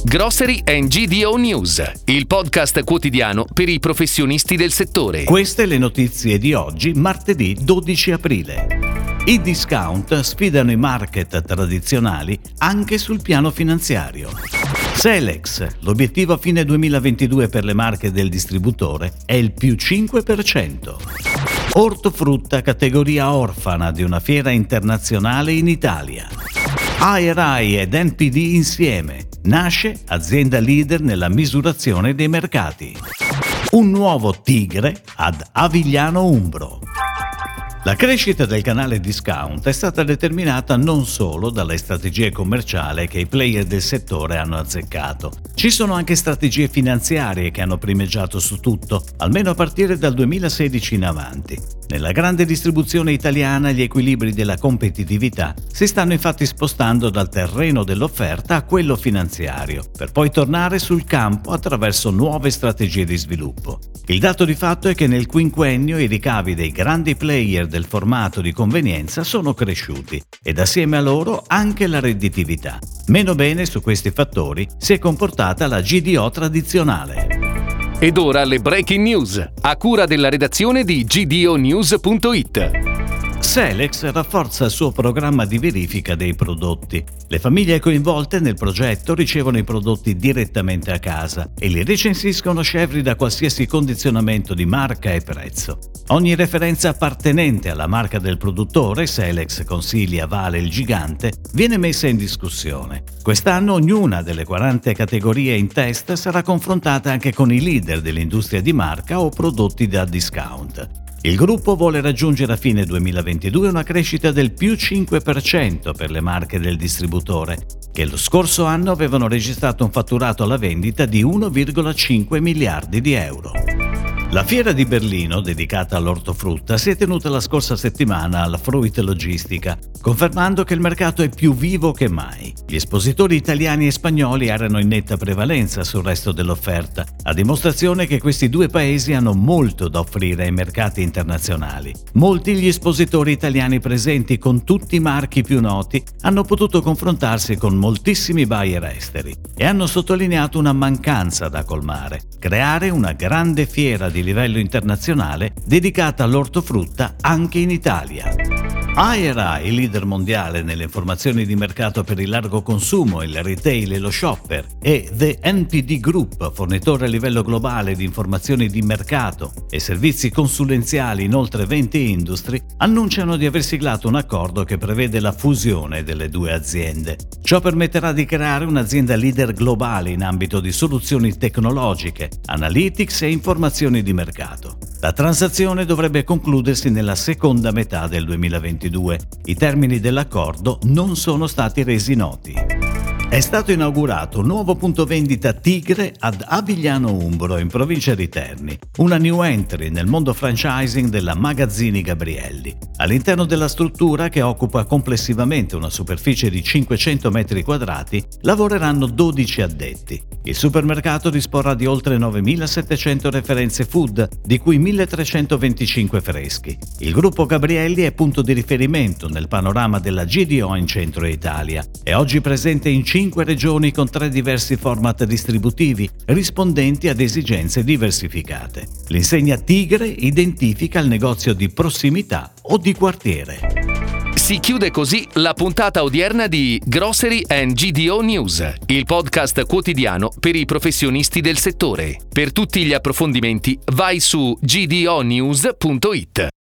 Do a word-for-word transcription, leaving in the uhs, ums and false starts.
Grocery and G D O News, il podcast quotidiano per i professionisti del settore. Queste le notizie di oggi, martedì dodici aprile. I discount sfidano i market tradizionali anche sul piano finanziario. Selex, l'obiettivo a fine duemilaventidue per le marche del distributore è il più cinque per cento. Ortofrutta, categoria orfana di una fiera internazionale in Italia. A R I ed N P D insieme, nasce azienda leader nella misurazione dei mercati. Un nuovo Tigre ad Avigliano Umbro. La crescita del canale discount è stata determinata non solo dalle strategie commerciali che i player del settore hanno azzeccato. Ci sono anche strategie finanziarie che hanno primeggiato su tutto, almeno a partire dal duemilasedici in avanti. Nella grande distribuzione italiana gli equilibri della competitività si stanno infatti spostando dal terreno dell'offerta a quello finanziario, per poi tornare sul campo attraverso nuove strategie di sviluppo. Il dato di fatto è che nel quinquennio i ricavi dei grandi player del formato di convenienza sono cresciuti ed assieme a loro anche la redditività. Meno bene su questi fattori si è comportata la G D O tradizionale. Ed ora le breaking news, a cura della redazione di G D O news punto it. Selex rafforza il suo programma di verifica dei prodotti. Le famiglie coinvolte nel progetto ricevono i prodotti direttamente a casa e li recensiscono scevri da qualsiasi condizionamento di marca e prezzo. Ogni referenza appartenente alla marca del produttore, Selex consiglia Vale il gigante, viene messa in discussione. Quest'anno ognuna delle quaranta categorie in test sarà confrontata anche con i leader dell'industria di marca o prodotti da discount. Il gruppo vuole raggiungere a fine duemilaventidue una crescita del più cinque per cento per le marche del distributore, che lo scorso anno avevano registrato un fatturato alla vendita di uno virgola cinque miliardi di euro. La fiera di Berlino, dedicata all'ortofrutta, si è tenuta la scorsa settimana alla Fruit Logistica, confermando che il mercato è più vivo che mai. Gli espositori italiani e spagnoli erano in netta prevalenza sul resto dell'offerta, a dimostrazione che questi due paesi hanno molto da offrire ai mercati internazionali. Molti gli espositori italiani presenti, con tutti i marchi più noti, hanno potuto confrontarsi con moltissimi buyer esteri e hanno sottolineato una mancanza da colmare: creare una grande fiera di livello internazionale dedicata all'ortofrutta anche in Italia. A R I, leader mondiale nelle informazioni di mercato per il largo consumo, il retail e lo shopper, e The N P D Group, fornitore a livello globale di informazioni di mercato e servizi consulenziali in oltre venti industrie, annunciano di aver siglato un accordo che prevede la fusione delle due aziende. Ciò permetterà di creare un'azienda leader globale in ambito di soluzioni tecnologiche, analytics e informazioni di mercato. La transazione dovrebbe concludersi nella seconda metà del duemilaventidue. I termini dell'accordo non sono stati resi noti. È stato inaugurato un nuovo punto vendita Tigre ad Avigliano Umbro, in provincia di Terni, una new entry nel mondo franchising della Magazzini Gabrielli. All'interno della struttura, che occupa complessivamente una superficie di cinquecento metri quadrati, lavoreranno dodici addetti. Il supermercato disporrà di oltre novemilasettecento referenze food, di cui milletrecentoventicinque freschi. Il gruppo Gabrielli è punto di riferimento nel panorama della G D O in centro Italia. È oggi presente in cinque regioni con tre diversi format distributivi, rispondenti ad esigenze diversificate. L'insegna Tigre identifica il negozio di prossimità o di quartiere. Si chiude così la puntata odierna di Grocery and G D O News, il podcast quotidiano per i professionisti del settore. Per tutti gli approfondimenti vai su G D O news punto it.